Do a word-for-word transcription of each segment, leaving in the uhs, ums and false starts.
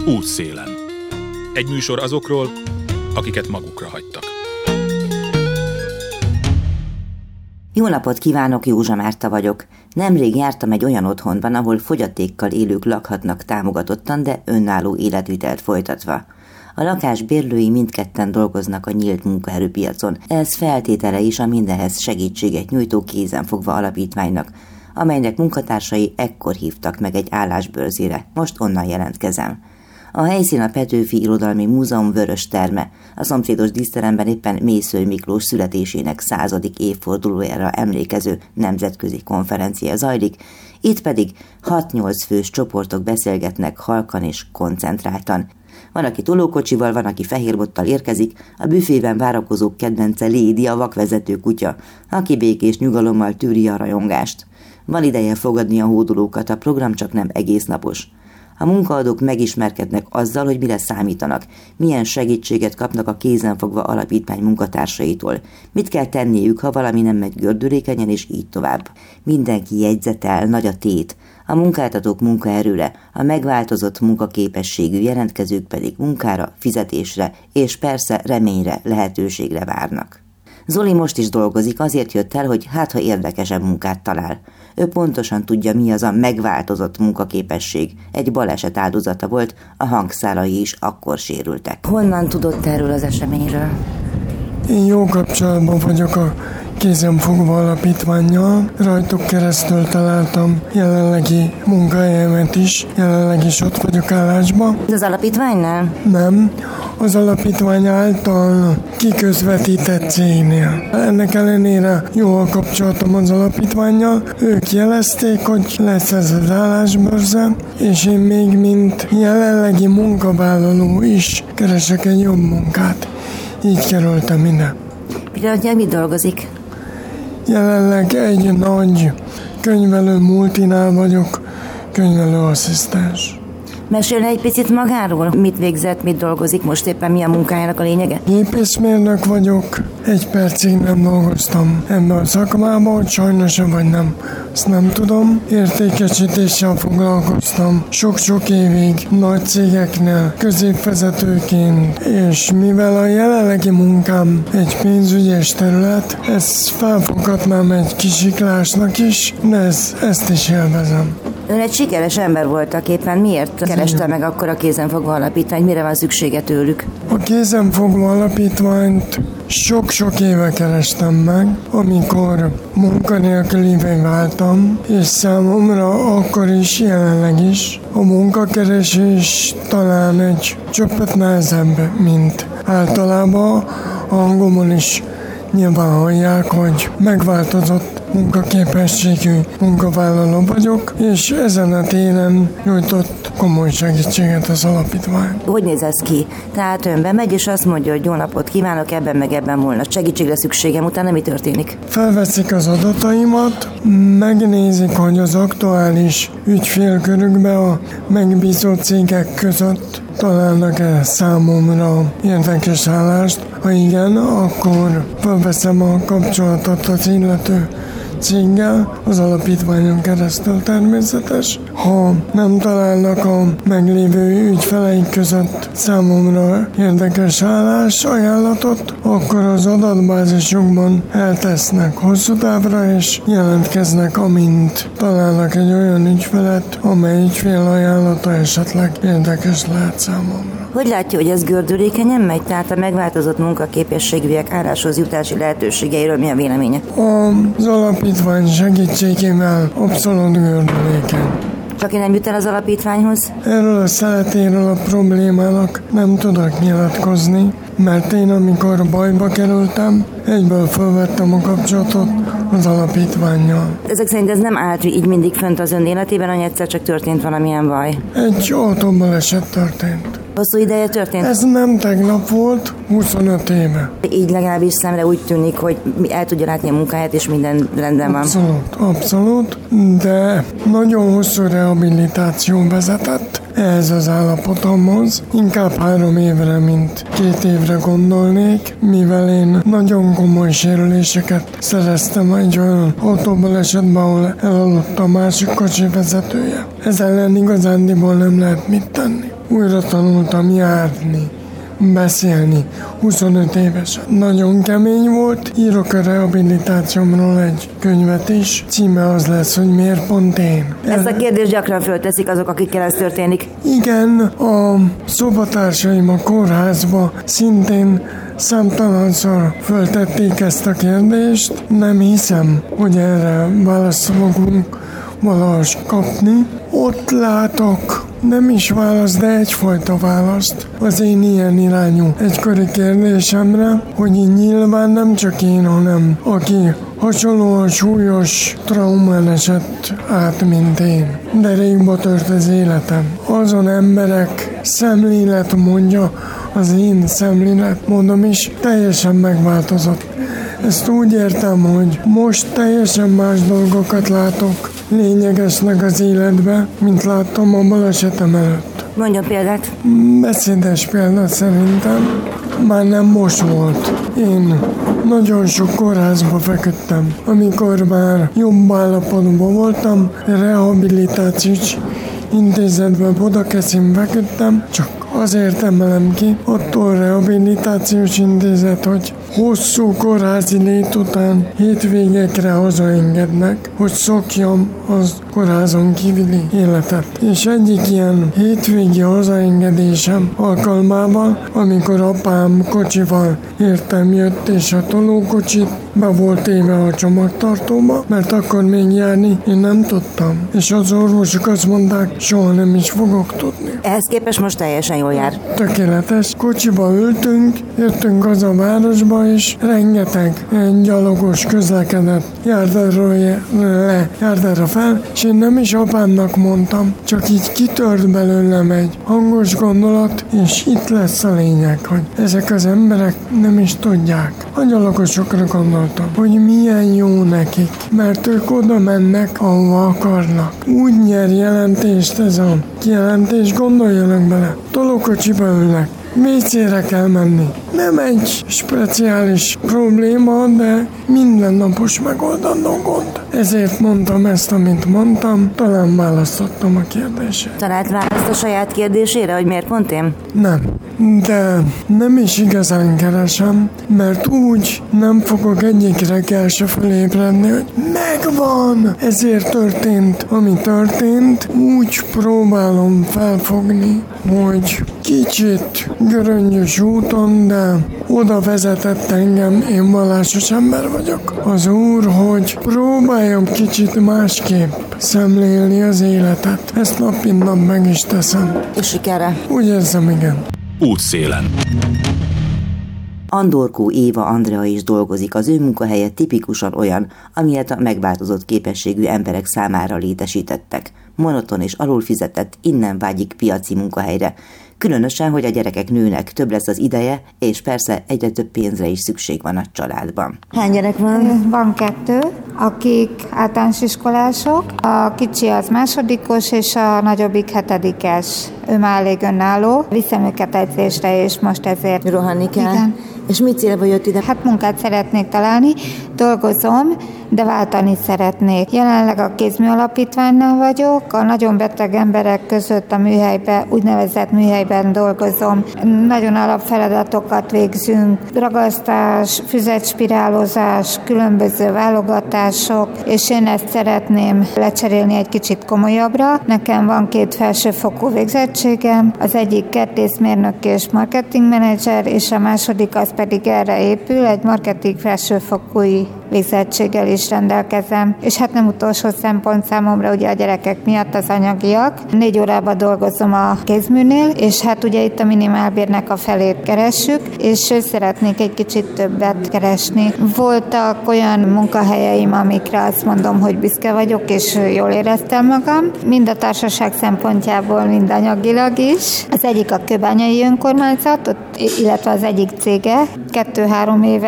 Útszélen. Egy műsor azokról, akiket magukra hagytak. Jó napot kívánok, Józsa Márta vagyok. Nemrég jártam egy olyan otthonban, ahol fogyatékkal élők lakhatnak támogatottan, de önálló életvitelt folytatva. A lakás bérlői mindketten dolgoznak a nyílt munkaerőpiacon. Ez feltétele is a mindenhez segítséget nyújtó Kézenfogva alapítványnak, amelynek munkatársai ekkor hívtak meg egy állásbörzére. Most onnan jelentkezem. A helyszín a Petőfi Irodalmi Múzeum vörös terme. A szomszédos díszteremben éppen Mészöly Miklós születésének századik évfordulójára emlékező nemzetközi konferencia zajlik, itt pedig hat-nyolc fős csoportok beszélgetnek halkan és koncentráltan. Van, aki tolókocsival, van, aki fehérbottal érkezik, a büfében várakozók kedvence Lédi, a vakvezető kutya, aki békés nyugalommal tűri a rajongást. Van ideje fogadni a hódolókat, a program csak nem egésznapos. A munkaadók megismerkednek azzal, hogy mire számítanak, milyen segítséget kapnak a Kézenfogva alapítvány munkatársaitól, mit kell tenniük, ha valami nem megy gördülékenyen, és így tovább. Mindenki jegyzetel, nagy a tét, a munkáltatók munkaerőre, a megváltozott munkaképességű jelentkezők pedig munkára, fizetésre és persze reményre, lehetőségre várnak. Zoli most is dolgozik, azért jött el, hogy hát ha érdekesebb munkát talál. Ő pontosan tudja, mi az a megváltozott munkaképesség. Egy baleset áldozata volt, a hangszálai is akkor sérültek. Honnan tudott erről az eseményről? Én jó kapcsolatban vagyok a Kézenfogva alapítvánnyal, rajtuk keresztül találtam jelenlegi munkahelyemet is, jelenleg is ott vagyok állásban. Ez az alapítványnál? Nem, az alapítvány által kiközvetített cégnél. Ennek ellenére jó a kapcsolatom az alapítvánnyal, ők jelezték, hogy lesz ez az állásbörze, és én még mint jelenlegi munkavállaló is keresek egy jobb munkát. Így kerültem ide. Pillanatnyilag mit dolgozik? Jelenleg egy nagy könyvelő multinál vagyok, könyvelőasszisztens. Mesélne egy picit magáról? Mit végzett, mit dolgozik, most éppen mi a munkájának a lényege? Gépészmérnök vagyok, egy percig nem dolgoztam ebben a szakmában, hogy sajnos vagy nem, azt nem tudom. Értékesítéssel foglalkoztam sok-sok évig nagy cégeknél, középvezetőként, és mivel a jelenlegi munkám egy pénzügyes terület, ezt felfoghatnám egy kisiklásnak is, de ezt, ezt is élvezem. Ön egy sikeres ember voltak éppen. Miért kereste meg akkor a Kézenfogva alapítványt? Mire van szüksége tőlük? A Kézenfogva alapítványt sok-sok éve kerestem meg, amikor munkanélkülivé váltam, és számomra akkor is, jelenleg is a munkakeresés talán egy csöppet nehezebb, mint általában. A hangomon is nyilván hallják, hogy megváltozott munkaképességű munkavállaló vagyok, és ezen a téren nyújtott komoly segítséget az alapítvány. Hogy néz ez ki? Tehát ön bemegy, és azt mondja, hogy jó napot kívánok, ebben meg ebben volna segítségre szükségem, utána mi történik? Felveszik az adataimat, megnézik, hogy az aktuális ügyfélkörükbe a megbízó cégek között találnak-e számomra érdekes állást. Ha igen, akkor felveszem a kapcsolatot az illető céggel, az alapítványon keresztül természetes. Ha nem találnak a meglévő ügyfeleik között számomra érdekes állás ajánlatot, akkor az adatbázisokban eltesznek hosszú távra, és jelentkeznek, amint találnak egy olyan ügyfelet, amely ügyfél ajánlata esetleg érdekes lehet számomra. Hogy látja, hogy ez gördülékenyen megy? Tehát a megváltozott munkaképességűek álláshoz jutási lehetőségeiről mi a véleménye? Az alapítvány segítségével abszolút gördülékeny. Csak én nem jut el az alapítványhoz? Erről a szeletéről a problémának nem tudok nyilatkozni, mert én amikor bajba kerültem, egyből felvettem a kapcsolatot az alapítvánnyal. Ezek szerint ez nem állt így mindig fönt az ön életében, hogy egyszer csak történt valamilyen baj? Egy autóbaleset történt. Hosszú ideje történt? Ez nem tegnap volt, huszonöt éve. Így legalábbis szemre úgy tűnik, hogy el tudja látni a munkáját, és minden rendben van. Abszolút, abszolút, de nagyon hosszú rehabilitáció vezetett ehhez az állapotomhoz. Inkább három évre, mint két évre gondolnék, mivel én nagyon komoly sérüléseket szereztem egy olyan autóbalesetben, ahol elaludt a másik kocsi vezetője. Ez ellen igazándiból nem lehet mit tenni. újra tanultam járni, beszélni, huszonöt évesen. Nagyon kemény volt, írok a rehabilitációmról egy könyvet is, címe az lesz, hogy miért pont én. Ezt a kérdést gyakran fölteszik azok, akikkel ez történik. Igen, a szobatársaim a kórházba szintén számtalanszor föltették ezt a kérdést. Nem hiszem, hogy erre választ fogunk valahogy kapni. Ott látok nem is válasz, de egyfajta választ az én ilyen irányú egykori kérdésemre, hogy nyilván nem csak én, hanem aki hasonlóan súlyos traumán esett át, mint én. De régba tört az életem. Azon emberek szemlélet mondja, az én szemlélet mondom is teljesen megváltozott. Ezt úgy értem, hogy most teljesen más dolgokat látok lényegesnek az életbe, mint láttam a balesetem előtt. Mondjon példát. Beszédes példa szerintem már nem most volt. Én nagyon sok kórházba feküdtem, amikor már jobb állapotban voltam, rehabilitációs intézetben Budakeszin feküdtem, csak azért emelem ki, attól rehabilitációs intézet, hogy hosszú kórházi lét után hétvégekre hazaengednek, hogy szokjam az kórházon kívüli életet. És egyik ilyen hétvégi hazaengedésem alkalmával, amikor apám kocsival értem jött, és a tolókocsit be volt éve a csomagtartóba, mert akkor még járni én nem tudtam. És az orvosok azt mondták, soha nem is fogok tudni. Ehhez képest most teljesen jól jár. Tökéletes. Kocsiba ültünk, jöttünk az a városba, és rengeteg gyalogos közlekedett járdáról le, járdára fel, és én nem is apámnak mondtam, csak így kitört belőlem egy hangos gondolat, és itt lesz a lényeg, hogy ezek az emberek nem is tudják. A gyalogosokra gondoltam, hogy milyen jó nekik, mert ők oda mennek, ahova akarnak. Úgy nyer jelentést ez a kijelentés, gondoljanak bele. Tolókocsiba ülnek, vécére kell menni. Nem egy speciális probléma, de mindennapos megoldandó gond. Ezért mondtam ezt, amit mondtam, talán választottam a kérdésre. Talált választ a saját kérdésére, hogy miért pont én? Nem, de nem is igazán keresem, mert úgy nem fogok egyik reggel se felébredni, hogy megvan! Ezért történt, ami történt, úgy próbálom felfogni, hogy kicsit göröngyös úton, de oda vezetett engem, én vallásos ember vagyok. Az Úr, hogy próbáljam kicsit másképp szemlélni az életet. Ezt nap mint nap meg is teszem. És sikerre? Úgy érzem, igen. Útszélen. Andorkó Éva Andrea is dolgozik, az ő munkahelye tipikusan olyan, amilyet a megváltozott képességű emberek számára létesítettek. Monoton és alulfizetett, innen vágyik piaci munkahelyre. Különösen, hogy a gyerekek nőnek, több lesz az ideje, és persze egyre több pénzre is szükség van a családban. Hány gyerek van? Van kettő, akik általános iskolások. A kicsi az másodikos, és a nagyobbik hetedikes. Ő már elég önálló. Viszem őket edzésre, és most ezért... Rohanni kell? Igen. És mit célba jött ide? Hát munkát szeretnék találni, dolgozom, de váltani szeretnék. Jelenleg a Kézmű Alapítványnál vagyok, a nagyon beteg emberek között a műhelyben, úgynevezett műhelyben dolgozom. Nagyon alapfeladatokat végzünk, ragasztás, füzetspirálozás, különböző válogatások, és én ezt szeretném lecserélni egy kicsit komolyabbra. Nekem van két felsőfokú végzettségem, az egyik kertészmérnök és marketingmenedzser, és a második az pedig erre épül, egy marketing felsőfokú végzettséggel is rendelkezem. És hát nem utolsó szempont számomra ugye a gyerekek miatt az anyagiak. Négy órában dolgozom a kézműnél, és hát ugye itt a minimálbérnek a felét keressük, és szeretnék egy kicsit többet keresni. Voltak olyan munkahelyeim, amikre azt mondom, hogy büszke vagyok, és jól éreztem magam. Mind a társaság szempontjából, mind anyagilag is. Az egyik a Kőbányai Önkormányzat, ott, illetve az egyik cége. Kettő-három évet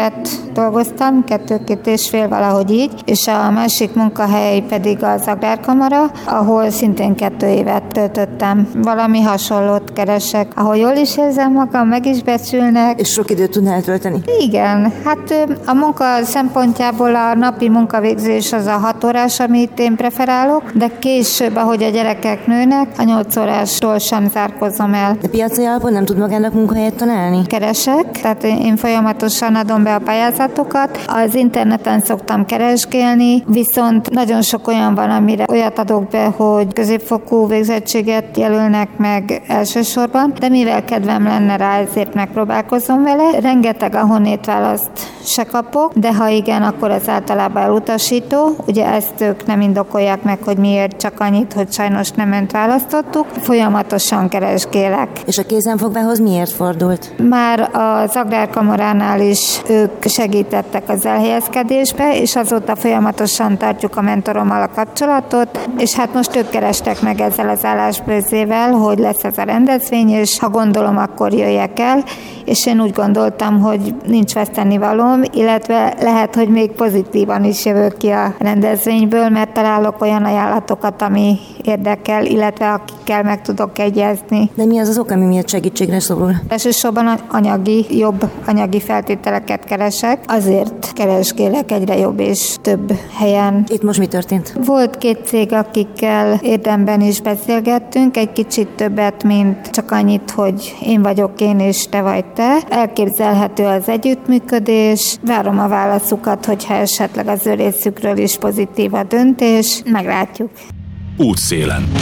dolgoztam, kettő-két és fél valahogy így, és a másik munkahely pedig az Agrárkamara, ahol szintén kettő évet töltöttem. Valami hasonlót keresek, ahol jól is érzem magam, meg is becsülnek. És sok időt tudnál eltölteni? Igen, hát a munka szempontjából a napi munkavégzés az a hat órás, amit én preferálok, de később, ahogy a gyerekek nőnek, a nyolc órásról sem zárkozom el. De piaci alapon nem tud magának munkahelyet találni? Keresek, tehát én folyamatosan adom be a pályázatokat. Az interneten szoktam keresgélni, viszont nagyon sok olyan van, amire olyat adok be, hogy középfokú végzettséget jelölnek meg elsősorban, de mivel kedvem lenne rá, ezért megpróbálkozom vele. Rengeteg a honnétválaszt se kapok, de ha igen, akkor az általában elutasító. Ugye ezt ők nem indokolják meg, hogy miért, csak annyit, hogy sajnos nem önt választottuk. Folyamatosan keresgélek. És a kézenfogvához miért fordult? Már az Agrárkamaránál is ők segítettek az elhelyezkedésbe, és azóta folyamatosan tartjuk a mentorommal a kapcsolatot, és hát most ők kerestek meg ezzel az állásbőrzével, hogy lesz ez a rendezvény, és ha gondolom, akkor jöjjek el, és én úgy gondoltam, hogy nincs vesztenivalóm, illetve lehet, hogy még pozitívan is jövök ki a rendezvényből, mert találok olyan ajánlatokat, ami érdekel, illetve akikkel meg tudok egyezni. De mi az az ok, ami miatt segítségre szorul? Elsősorban anyagi, jobb anyagi feltételeket keresek, azért keresgélek egyre jobb és több helyen. Itt most mi történt? Volt két cég, akikkel érdemben is beszélgettünk, egy kicsit többet, mint csak annyit, hogy én vagyok én és te vagy te. Elképzelhető az együttműködés, várom a válaszukat, hogyha esetleg az ő részükről is pozitív a döntés, meglátjuk. Útszélen.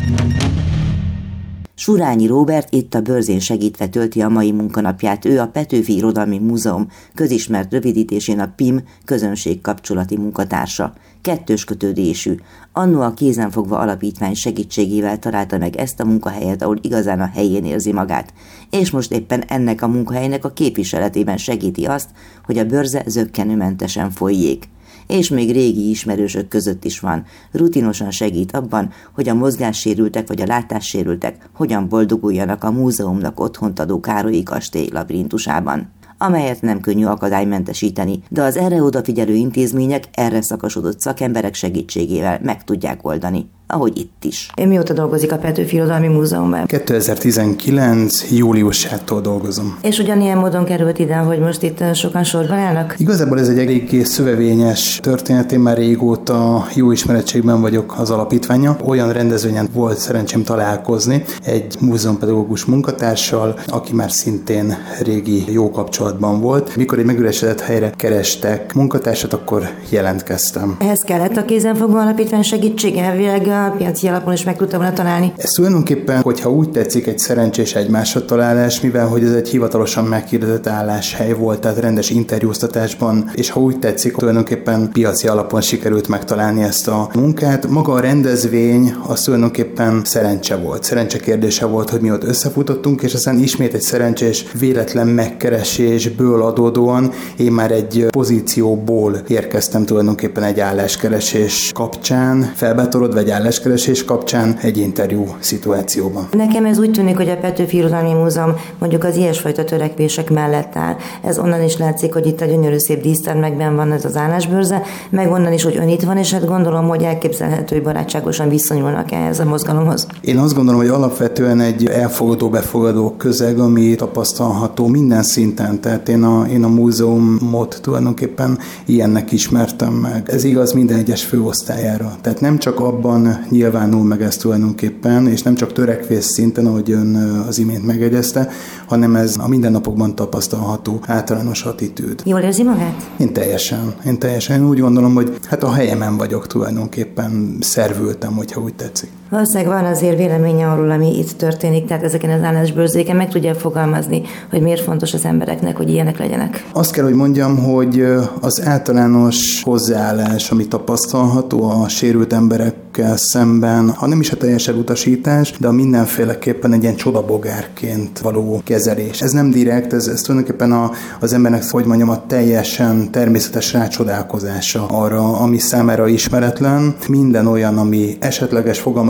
Surányi Róbert itt a Bőrzén segítve tölti a mai munkanapját. Ő a Petőfi Irodalmi Múzeum közismert rövidítésén a pé i em közönségkapcsolati munkatársa. Kettős kötődésű. Anno a Kézenfogva Alapítvány segítségével találta meg ezt a munkahelyet, ahol igazán a helyén érzi magát. És most éppen ennek a munkahelynek a képviseletében segíti azt, hogy a bőrze zökkenőmentesen folyjék. És még régi ismerősök között is van. Rutinosan segít abban, hogy a mozgássérültek vagy a látássérültek hogyan boldoguljanak a múzeumnak otthont adó Károlyi kastély labirintusában, amelyet nem könnyű akadálymentesíteni, de az erre odafigyelő intézmények erre szakosodott szakemberek segítségével meg tudják oldani, ahogy itt is. Ön mióta dolgozik a Petőfi Irodalmi Múzeumban? kétezer-tizenkilenc júliusától dolgozom. És ugyanilyen módon került ide, hogy most itt sokan sorban állnak? Igazából ez egy eléggé szövevényes történet, én már régóta jó ismerettségben vagyok az alapítványa. Olyan rendezvényen volt szerencsém találkozni egy múzeumpedagógus munkatársal, aki már szintén régi jó kapcsolatban volt. Mikor egy megüresedett helyre kerestek munkatársat, akkor jelentkeztem. Ehhez kellett a Kézenfogva Alapítvány segítsége, elvileg a piaci alapon is meg tudtam volna találni. Ez tulajdonképpen, hogyha úgy tetszik, egy szerencsés egymásra találás, mivel hogy ez egy hivatalosan meghirdetett álláshely volt, tehát rendes interjúztatásban, és ha úgy tetszik, tulajdonképpen piaci alapon sikerült megtalálni ezt a munkát. Maga a rendezvény az tulajdonképpen szerencse volt. Szerencse kérdése volt, hogy mi ott összefutottunk, és aztán ismét egy szerencsés véletlen megkeresésből adódóan én már egy pozícióból érkeztem tulajdonképpen egy álláskeresés kapcsán, felbetorodva egy álláskeresés kapcsán egy interjú szituációban. Nekem ez úgy tűnik, hogy a Petőfi Irodalmi Múzeum mondjuk az ilyesfajta törekvések mellett áll. Ez onnan is látszik, hogy itt a gyönyörű szép dísztermekben van ez az állásbőrze, meg onnan is, hogy ön itt van, és hát gondolom, hogy elképzelhető, hogy barátságosan viszonyulnak ehhez a mozgalomhoz. Én azt gondolom, hogy alapvetően egy elfogadó-befogadó közeg, ami tapasztalható minden szinten, tehát én a, én a múzeumot tulajdonképpen ilyennek ismertem meg. Ez igaz minden egyes főosztályára. Tehát nem csak abban nyilvánul meg ez tulajdonképpen, és nem csak törekvés szinten, ahogy ön az imént megegyezte, hanem ez a mindennapokban tapasztalható általános attitűd. Jól érzi magát? Én teljesen. Én teljesen. Én úgy gondolom, hogy hát a helyemen vagyok tulajdonképpen, szervültem, hogyha úgy tetszik. Valószínűleg van azért véleménye arról, ami itt történik, tehát ezeken az állásbőrzéken meg tudja fogalmazni, hogy miért fontos az embereknek, hogy ilyenek legyenek. Azt kell, hogy mondjam, hogy az általános hozzáállás, ami tapasztalható a sérült emberekkel szemben, ha nem is a teljes elutasítás, de a mindenféleképpen egy ilyen csodabogárként való kezelés. Ez nem direkt, ez, ez tulajdonképpen a, az embernek, hogy mondjam, a teljesen természetes rácsodálkozása arra, ami számára ismeretlen. Minden olyan, ami esetleges, fogalmaz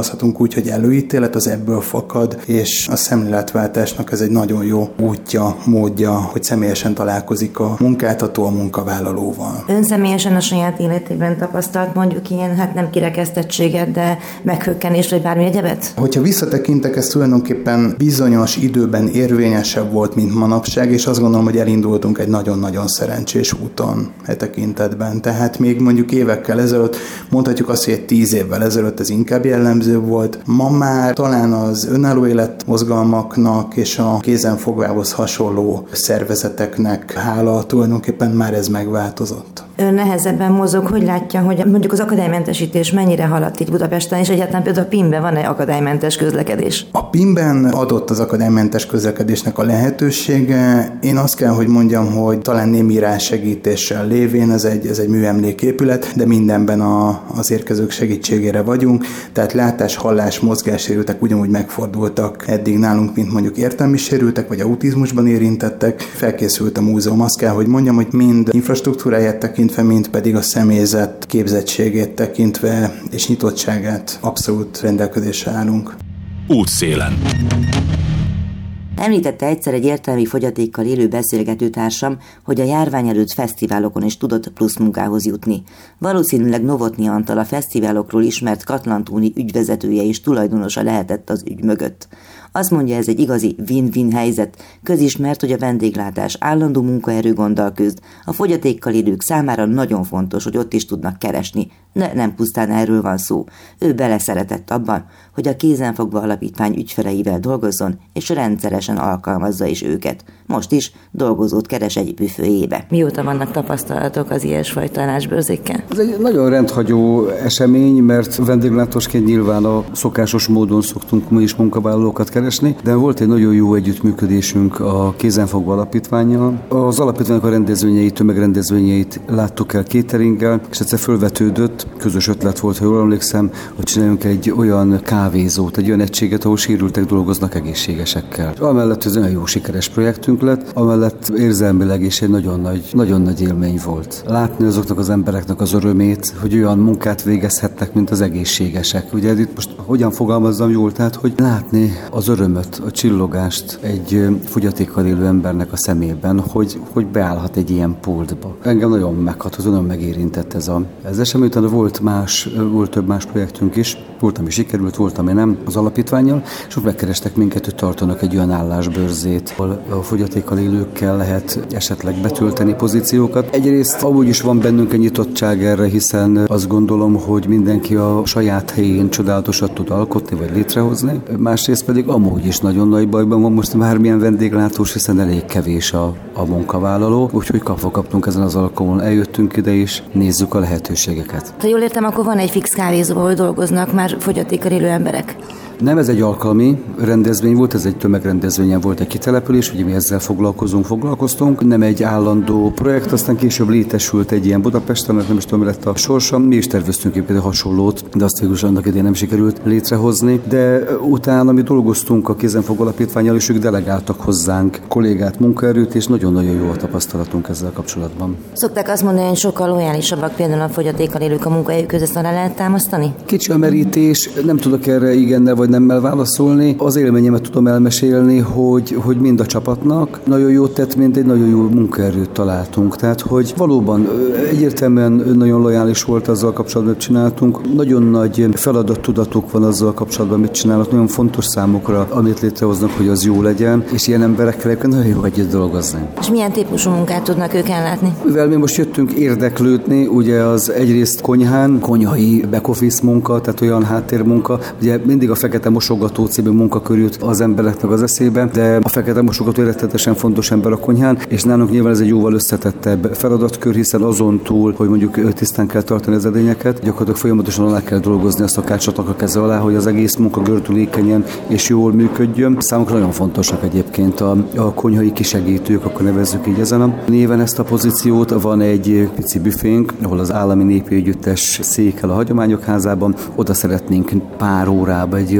fogalmazhatunk úgy, hogy előítélet az ebből fakad, és a szemléletváltásnak ez egy nagyon jó útja, módja, hogy személyesen találkozik a munkáltató a munkavállalóval. Ön személyesen a saját életében tapasztalt mondjuk ilyen, hát nem kirekesztettséget, de meghökkenést, vagy bármi egyebet? Hogyha visszatekintek, ez tulajdonképpen bizonyos időben érvényesebb volt, mint manapság, és azt gondolom, hogy elindultunk egy nagyon-nagyon szerencsés úton e tekintetben. Tehát még mondjuk évekkel ezelőtt, mondhatjuk azt, hogy egy tíz évvel ezelőtt ez inkább jellemző volt. Ma már talán az önálló életmozgalmaknak és a kézenfogvához hasonló szervezeteknek hála tulajdonképpen már ez megváltozott. Ön nehezebben mozog, hogy látja, hogy mondjuk az akadálymentesítés mennyire haladt itt Budapesten, és egyáltalán például a pé i em-ben van-e akadálymentes közlekedés? A pé i em-ben adott az akadálymentes közlekedésnek a lehetősége. Én azt kell, hogy mondjam, hogy talán némi rásegítéssel lévén ez egy, ez egy műemléképület, de mindenben a, az érkezők segítségére vagyunk, tehát látás, hallás, mozgássérültek ugyanúgy megfordultak eddig nálunk, mint mondjuk értelmi sérültek, vagy autizmusban érintettek. Felkészült a múzeum, azt kell, hogy mondjam, hogy mind infrastruktúráját tekintve, mind pedig a személyzet képzettségét tekintve és nyitottságát abszolút rendelkezésre állunk. Útszélen. Említette egyszer egy értelmi fogyatékkal élő beszélgetőtársam, hogy a járvány előtt fesztiválokon is tudott plusz munkához jutni. Valószínűleg Novotny Antal, a fesztiválokról ismert Katlantúni ügyvezetője és tulajdonosa lehetett az ügy mögött. Azt mondja, ez egy igazi win-win helyzet. Közismert, hogy a vendéglátás állandó munkaerőgonddal küzd. A fogyatékkal élők számára nagyon fontos, hogy ott is tudnak keresni. De nem pusztán erről van szó. Ő beleszeretett abban, hogy a Kézenfogva Alapítvány ügyfeleivel dolgozzon, és rendszeresen alkalmazza is őket. Most is dolgozót keres egy büfőjébe. Mióta vannak tapasztalatok az ilyesfajta állásbőrzékkel? Ez egy nagyon rendhagyó esemény, mert vendéglátósként nyilván a szokásos módon szoktunk mi is munkavállalókat keresni, de volt egy nagyon jó együttműködésünk a Kézenfogva Alapítvánnyal. Az alapítványok a rendezvényeit, tömegrendezvényeit láttuk el cateringgel, és egyszer fölvetődött, közös ötlet volt, ha jól emlékszem, hogy csináljunk egy olyan kávézót, egy olyan egységet, ahol sérültek dolgoznak egészségesekkel. Amellett ez olyan jó sikeres projektünk lett, amellett érzelmileg is egy nagyon nagy, nagyon nagy élmény volt. Látni azoknak az embereknek az örömét, hogy olyan munkát végezhetnek, mint az egészségesek. Ugye itt most hogyan fogalmazzam jól, tehát hogy látni az örömöt, a csillogást egy fogyatékkal élő embernek a szemében, hogy, hogy beállhat egy ilyen pultba. Engem nagyon meghatott, nagyon megérintett ez a ez esemény. Utána volt más, volt több más projektünk is, volt, ami sikerült, volt, ami nem az alapítvánnyal, és ott megkerestek minket, hogy tartanak egy olyan állásbőrzét, ahol a fogyatékkal élőkkel lehet esetleg betölteni pozíciókat. Egyrészt amúgy is van bennünk egy nyitottság erre, hiszen azt gondolom, hogy mindenki a saját helyén csodálatosat tud alkotni, vagy létrehozni. Másrészt pedig amúgy is nagyon nagy bajban van most bármilyen vendéglátós, hiszen elég kevés a, a munkavállaló, úgyhogy kapva kaptunk ezen az alkalmon, eljöttünk ide is, nézzük a lehetőségeket. Ha jól értem, akkor van egy fix kávézó, ahol dolgoznak már fogyatékkal élő emberek. Nem, ez egy alkalmi rendezvény volt, ez egy tömegrendezvényen volt egy kitelepülés, ugye mi ezzel foglalkozunk, foglalkoztunk. Nem egy állandó projekt, aztán később létesült egy ilyen Budapesten, mert nem is tudom, lett a sorsa. Mi is terveztünk egy például hasonlót, de azt végül annak idején nem sikerült létrehozni. De utána mi dolgoztunk a Kézenfogva Alapítvánnyal, és ők delegáltak hozzánk kollégát, munkaerőt, és nagyon-nagyon jó a tapasztalatunk ezzel kapcsolatban. Szokták azt mondani, hogy sokkal lojálisabbak például a fogyatékkal élők a munkahelyük között, alá lehet támasztani? Kicsi a merítés, nem tudok erre igennel vagy nemmel válaszolni. Az élményemet tudom elmesélni, hogy, hogy mind a csapatnak nagyon jót tett, mint egy nagyon jó munkaerőt találtunk. Tehát, hogy valóban egyértelműen nagyon lojális volt azzal kapcsolatban, mit csináltunk. Nagyon nagy feladattudatuk van azzal kapcsolatban, mit csinálnak. Nagyon fontos számukra, amit létrehoznak, hogy az jó legyen, és ilyen emberekkel nagyon jó együtt dolgozni. És milyen típusú munkát tudnak ők ellátni? Mivel mi most jöttünk érdeklődni, ugye az egyrészt konyhán, konyhai back-office munka, tehát olyan háttérmunka, ugye mindig a fekete mosogató című munkakör jut az embereknek az eszébe, de a fekete mosogató rettenetesen fontos ember a konyhán, és nálunk nyilván ez egy jóval összetettebb feladatkör, hiszen azon túl, hogy mondjuk tisztán kell tartani az edényeket, gyakorlatilag folyamatosan alá kell dolgozni a szakácsoknak a keze alá, hogy az egész munka gördülékenyen és jól működjön. Számunkra nagyon fontosak egyébként a, a konyhai kisegítők, akkor nevezzük így ezen a néven ezt a pozíciót. Van egy pici büfénk, ahol az Állami Népi Együttes székel a Hagyományok Házában. Oda szeretnénk pár órába egy olyan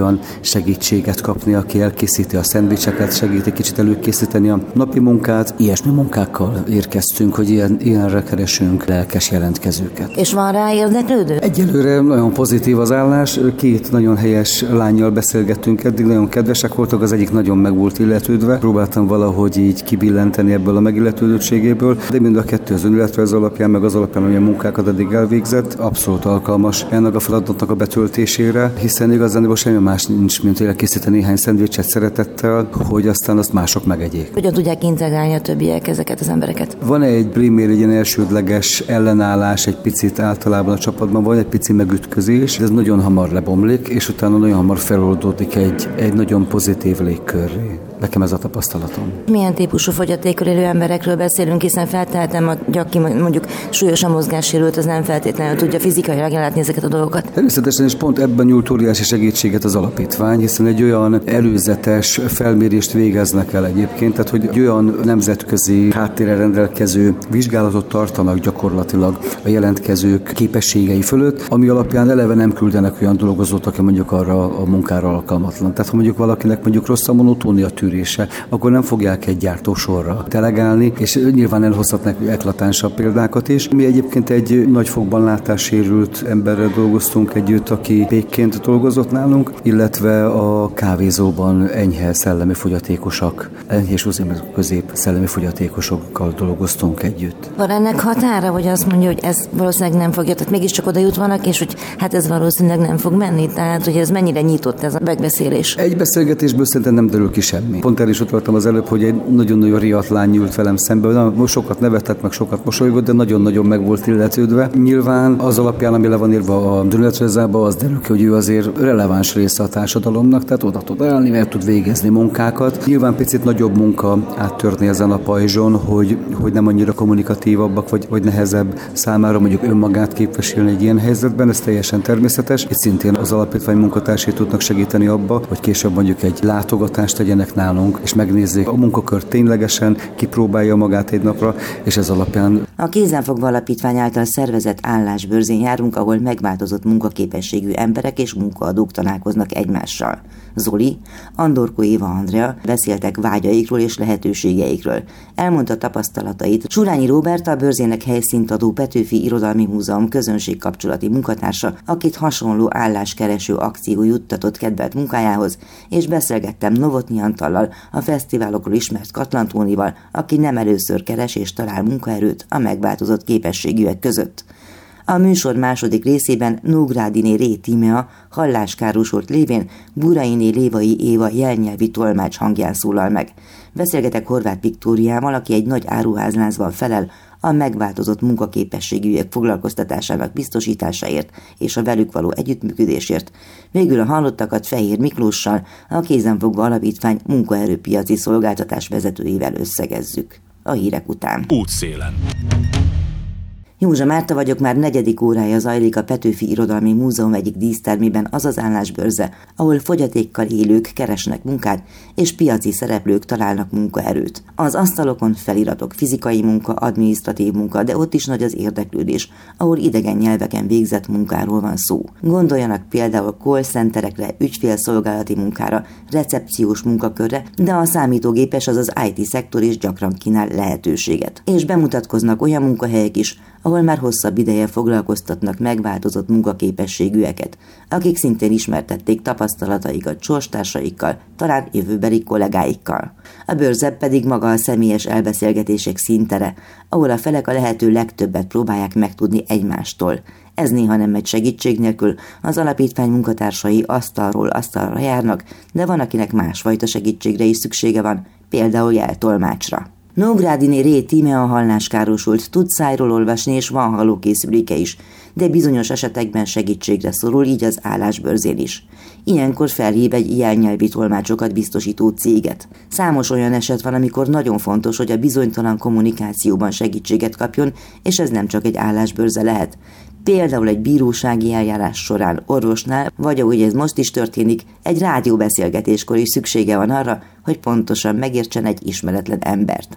olyan segítséget kapni, aki elkészíti a szendvicseket, segít egy kicsit előkészíteni a napi munkát. Ilyesmi munkákkal érkeztünk, hogy ilyen, ilyenre keresünk lelkes jelentkezőket. És van rá érdeklődő? Egyelőre nagyon pozitív az állás. Két nagyon helyes lánnyal beszélgettünk eddig, nagyon kedvesek voltak, az egyik nagyon meg volt illetődve. Próbáltam valahogy így kibillenteni ebből a megilletődöttségéből, de mind a kettő az önéletrajz alapján, meg az alapján, hogy a munkákat eddig elvégzett, abszolút alkalmas ennek a feladatnak a betöltésére, hiszen igazán semmi más nincs, mint elkészíteni néhány szendvicset szeretettel, hogy aztán azt mások megegyék. Hogyan tudják integrálni a többiek ezeket az embereket? Van egy primér, egy ilyen elsődleges ellenállás egy picit általában a csapatban, van egy pici megütközés, de ez nagyon hamar lebomlik, és utána nagyon hamar feloldódik egy, egy nagyon pozitív légkörré. Nekem ez a tapasztalatom. Milyen típusú fogyatékkal élő emberekről beszélünk, hiszen feltehetem, hogy aki mondjuk súlyosan mozgássérült, az nem feltétlenül tudja fizikailag ellátni ezeket a dolgokat. Természetesen is pont ebben nyújt óriási segítséget az alapítvány, hiszen egy olyan előzetes felmérést végeznek el egyébként, tehát hogy egy olyan nemzetközi háttérrel rendelkező vizsgálatot tartanak gyakorlatilag a jelentkezők képességei fölött, ami alapján eleve nem küldenek olyan dolgozót, aki mondjuk arra a munkára alkalmatlan. Tehát ha mondjuk valakinek mondjuk rossz a monotónia tűrése, akkor nem fogják egy gyártósorra delegálni, és nyilván elhozhatnak eklatánsabb példákat is. Mi egyébként egy nagyfokban látássérült emberrel dolgoztunk együtt, aki pékként dolgozott nálunk, illetve a kávézóban enyhe szellemi fogyatékosak, enyhe és közép szellemi fogyatékosokkal dolgoztunk együtt. Van ennek határa, hogy azt mondja, hogy ez valószínűleg nem fogja, tehát mégiscsak oda jutvanak, és hogy hát ez valószínűleg nem fog menni, tehát hogy ez mennyire nyitott ez a megbeszélés? Egy beszélgetésből szerintem nem derül ki semmi. Pont erre is utaltam az előbb, hogy egy nagyon-nagyon riadt lány ült velem szembe, most sokat nevetett, meg sokat mosolygott, de nagyon-nagyon meg volt illetődve. Nyilván az alapján, ami le van írva a önéletrajzába, az derül ki, hogy ő azért releváns része a társadalomnak, tehát oda tud állni, el tud végezni munkákat. Nyilván picit nagyobb munka áttörni ezen a pajzson, hogy, hogy nem annyira kommunikatívabbak, vagy, vagy nehezebb számára mondjuk önmagát képviselni egy ilyen helyzetben, ez teljesen természetes. Itt szintén az alapítvány munkatársai tudnak segíteni abba, hogy később mondjuk egy látogatást tegyenek nálunk, és megnézzék a munkakört ténylegesen, kipróbálja magát egy napra, és ez alapján. A Kézenfogva Alapítvány által szervezett állásbörzén járunk, ahol megváltozott munkaképességű emberek és munkaadók találkoznak egymással. Zoli, Andorko Éva Andrea beszéltek vágyaikról és lehetőségeikről. Elmondta tapasztalatait Surányi Róbert, a bőrzének helyszínt adó Petőfi Irodalmi Múzeum közönségkapcsolati munkatársa, akit hasonló álláskereső akció juttatott kedvelt munkájához, és beszélgettem Novotny Antallal, a fesztiválokról ismert Katlantónival, aki nem először keres és talál munkaerőt a megváltozott képességűek között. A műsor második részében Nógrádiné Ré Tímea halláskárosult lévén Burainé Lévai Éva jelnyelvi tolmács hangján szólal meg. Beszélgetek Horváth Viktóriával, aki egy nagy áruházláncban felel a megváltozott munkaképességűek foglalkoztatásának biztosításáért és a velük való együttműködésért. Végül a hallottakat Fehér Miklóssal, a Kézenfogva Alapítvány munkaerőpiaci szolgáltatás vezetőjével összegezzük. A hírek után. Útszélen. Józsa Márta vagyok, már negyedik órája zajlik a Petőfi Irodalmi Múzeum egyik dísztermében az az állásbörze, ahol fogyatékkal élők keresnek munkát, és piaci szereplők találnak munkaerőt. Az asztalokon feliratok, fizikai munka, adminisztratív munka, de ott is nagy az érdeklődés, ahol idegen nyelveken végzett munkáról van szó. Gondoljanak például call centerekre, ügyfélszolgálati munkára, recepciós munkakörre, de a számítógépes, azaz i té szektor is gyakran kínál lehetőséget. És bemutatkoznak olyan munkahelyek is, ahol már hosszabb ideje foglalkoztatnak megváltozott munkaképességűeket, akik szintén ismertették tapasztalataikat sorstársaikkal, talán jövőbeli kollégáikkal. A bőrze pedig maga a személyes elbeszélgetések színtere, ahol a felek a lehető legtöbbet próbálják megtudni egymástól. Ez néha nem megy segítség nélkül, az alapítvány munkatársai asztalról asztalra járnak, de van, akinek másfajta segítségre is szüksége van, például jeltolmácsra. Nógrádiné Ré Tímea halláskárosult, tud szájról olvasni és van hallókészüléke is, de bizonyos esetekben segítségre szorul, így az állásbörzén is. Ilyenkor felhív egy jelnyelvi tolmácsokat biztosító céget. Számos olyan eset van, amikor nagyon fontos, hogy a bizonytalan kommunikációban segítséget kapjon, és ez nem csak egy állásbörze lehet. Például egy bírósági eljárás során, orvosnál, vagy ahogy ez most is történik, egy rádióbeszélgetéskor is szüksége van arra, hogy pontosan megértsen egy ismeretlen embert.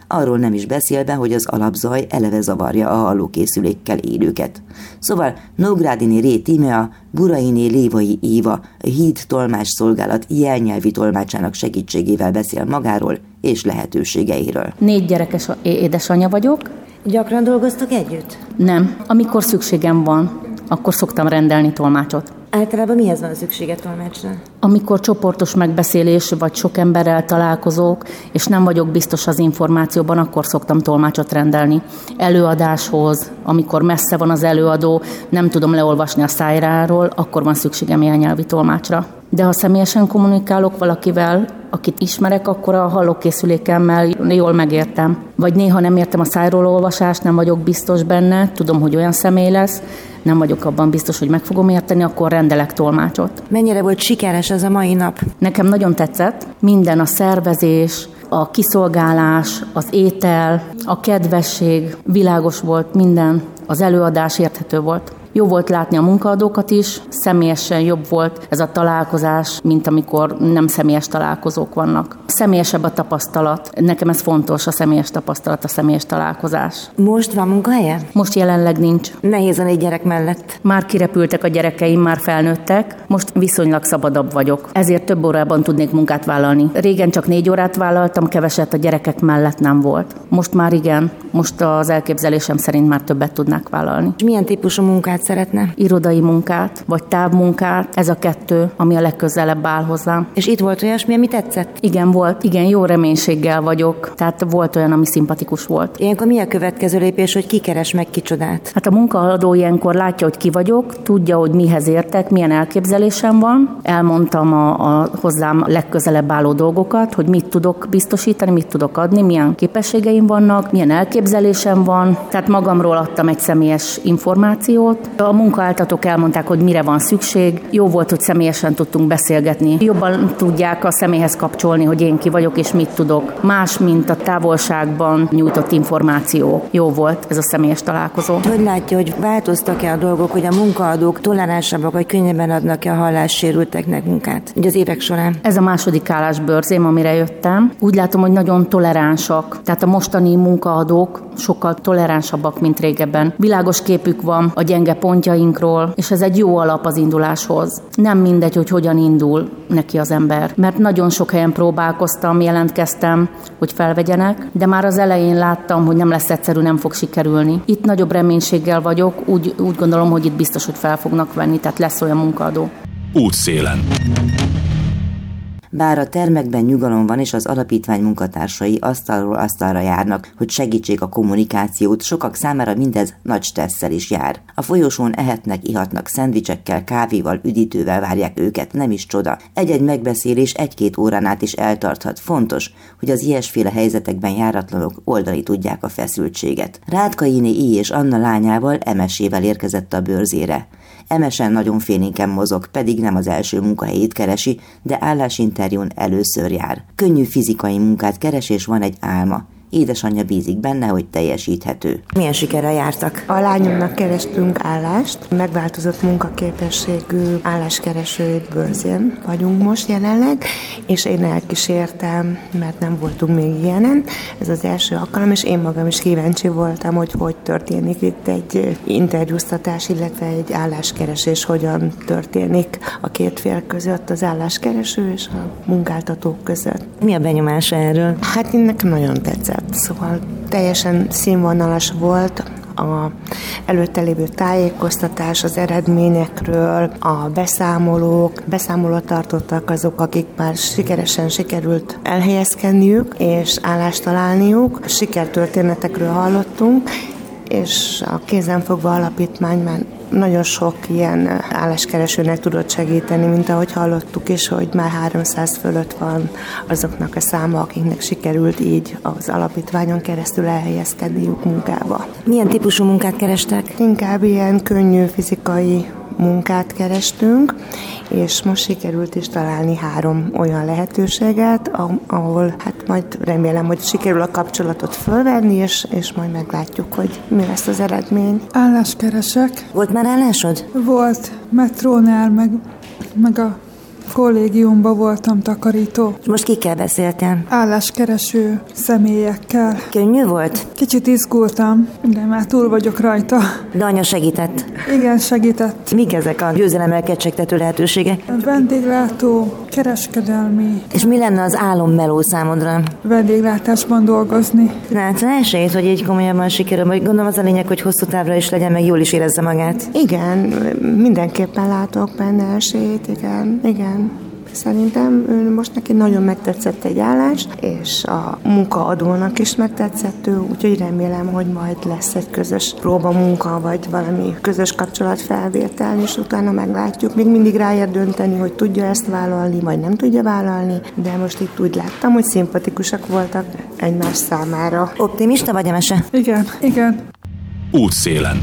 arról nem is beszélve, hogy az alapzaj eleve zavarja a hallókészülékkel élőket. Szóval Nógrádiné Ré Tímea, Burainé Lévai Éva, a Híd tolmács szolgálat jelnyelvi tolmácsának segítségével beszél magáról és lehetőségeiről. Négy gyerekes édesanyja vagyok. Gyakran dolgoztok együtt? Nem. Amikor szükségem van, akkor szoktam rendelni tolmácsot. Általában mihez van szüksége tolmácsra? Amikor csoportos megbeszélés, vagy sok emberrel találkozok, és nem vagyok biztos az információban, akkor szoktam tolmácsot rendelni. Előadáshoz, amikor messze van az előadó, nem tudom leolvasni a szájráról, akkor van szükségem jelnyelvi tolmácsra. De ha személyesen kommunikálok valakivel, akit ismerek, akkor a hallókészülékemmel jól megértem. Vagy néha nem értem a szájról olvasást, nem vagyok biztos benne, tudom, hogy olyan személy lesz, nem vagyok abban biztos, hogy meg fogom érteni, akkor rendelek tolmácsot. Mennyire volt sikeres ez a mai nap? Nekem nagyon tetszett. Minden, a szervezés, a kiszolgálás, az étel, a kedvesség, világos volt minden, az előadás érthető volt. Jó volt látni a munkaadókat is, személyesen jobb volt ez a találkozás, mint amikor nem személyes találkozók vannak. Személyesebb a tapasztalat. Nekem ez fontos, a személyes tapasztalat, a személyes találkozás. Most van munkahelye? Most jelenleg nincs. Nehéz a négy gyerek mellett. Már kirepültek a gyerekeim, már felnőttek, most viszonylag szabadabb vagyok. Ezért több órában tudnék munkát vállalni. Régen csak négy órát vállaltam, keveset a gyerekek mellett nem volt. Most már igen, most az elképzelésem szerint már többet tudnák vállalni. És milyen típusú munkát szeretne? Irodai munkát, vagy távmunkát, ez a kettő, ami a legközelebb áll hozzám. És itt volt olyasmi, ami tetszett? Igen, volt. Igen, jó reménységgel vagyok, tehát volt olyan, ami szimpatikus volt. Ilyenkor mi a következő lépés, hogy ki keres meg kicsodát? Hát a munkaadó ilyenkor látja, hogy ki vagyok, tudja, hogy mihez értek, milyen elképzelésem van. Elmondtam a, a hozzám legközelebb álló dolgokat, hogy mit tudok biztosítani, mit tudok adni, milyen képességeim vannak, milyen elképzelésem van. Tehát magamról adtam egy személyes információt. A munkaáltatók elmondták, hogy mire van szükség. Jó volt, hogy személyesen tudtunk beszélgetni. Jobban tudják a személyhez kapcsolni, hogy én ki vagyok és mit tudok. Más, mint a távolságban nyújtott információ. Jó volt ez a személyes találkozó. Hogy látja, hogy változtak-e a dolgok, hogy a munkaadók toleránsabbak, vagy könnyebben adnak-e a hallássérülteknek munkát? Ugye az évek során. Ez a második állásbőrzém, amire jöttem. Úgy látom, hogy nagyon toleránsak. Tehát a mostani munkaadók sokkal toleránsabbak, mint régebben. Világos képük van a gyenge pontjainkról, és ez egy jó alap az induláshoz. Nem mindegy, hogy hogyan indul neki az ember, mert nagyon sok helyen próbálkoztam, jelentkeztem, hogy felvegyenek, de már az elején láttam, hogy nem lesz egyszerű, nem fog sikerülni. Itt nagyobb reménységgel vagyok, úgy, úgy gondolom, hogy itt biztos, hogy fel fognak venni, tehát lesz olyan munkaadó. Útszélen. Bár a termekben nyugalom van, és az alapítvány munkatársai asztalról asztalra járnak, hogy segítsék a kommunikációt, sokak számára mindez nagy stresszel is jár. A folyosón ehetnek, ihatnak szendvicsekkel, kávéval, üdítővel várják őket, nem is csoda. Egy-egy megbeszélés egy-két órán át is eltarthat. Fontos, hogy az ilyesféle helyzetekben járatlanok oldani tudják a feszültséget. Rádkainé I. és Anna lányával, Emesével érkezett a bőrzére. Emesen nagyon félénken mozog, pedig nem az első munkahelyét keresi, de állásinterjún először jár. Könnyű fizikai munkát keres, és van egy álma. Édesanyja bízik benne, hogy teljesíthető. Milyen sikerrel jártak? A lányomnak kerestünk állást, megváltozott munkaképességű álláskeresői bőrzén vagyunk most jelenleg, és én elkísértem, mert nem voltunk még ilyenen. Ez az első alkalom, és én magam is kíváncsi voltam, hogy hogy történik itt egy interjúztatás, illetve egy álláskeresés, hogyan történik a két fél között, az álláskereső és a munkáltatók között. Mi a benyomása erről? Hát én nekem nagyon tetszett. Szóval teljesen színvonalas volt a előtte lévő tájékoztatás az eredményekről, a beszámolók, beszámolót tartottak azok, akik már sikeresen sikerült elhelyezkedniük és állást találniuk. Sikertörténetekről hallottunk, és a Kézenfogva Alapítvány már nagyon sok ilyen álláskeresőnek tudott segíteni, mint ahogy hallottuk is, hogy már háromszáz fölött van azoknak a száma, akiknek sikerült így az alapítványon keresztül elhelyezkedniük munkába. Milyen típusú munkát kerestek? Inkább ilyen könnyű fizikai munkát kerestünk, és most sikerült is találni három olyan lehetőséget, ahol hát majd remélem, hogy sikerül a kapcsolatot fölvenni, és, és majd meglátjuk, hogy mi lesz az eredmény. Álláskeresek. Volt már állásod? Volt, metrónál, meg, meg a kollégiumban voltam takarító. Most kikkel beszéltél? Álláskereső személyekkel. Könnyű volt? Kicsit izgultam, de már túl vagyok rajta. De anya segített? Igen, segített. Mik ezek a győzelemmel kecsegtető lehetőségek? Vendéglátó, kereskedelmi. És mi lenne az álommeló számodra? Vendéglátásban dolgozni. Látsz esélyt, hogy így komolyabban sikerül, vagy gondolom az a lényeg, hogy hosszú távra is legyen, meg jól is érezze magát. Igen, mindenképpen látok benne esélyt, igen, igen. Szerintem ő most neki nagyon megtetszett egy állás, és a munkaadónak is megtetszett ő, úgyhogy remélem, hogy majd lesz egy közös próbamunka, vagy valami közös kapcsolatfelvétel, és utána meglátjuk. Még mindig ráér dönteni, hogy tudja ezt vállalni, vagy nem tudja vállalni, de most itt úgy láttam, hogy szimpatikusak voltak egymás számára. Optimista vagy, Emese? Igen, igen. Útszélen.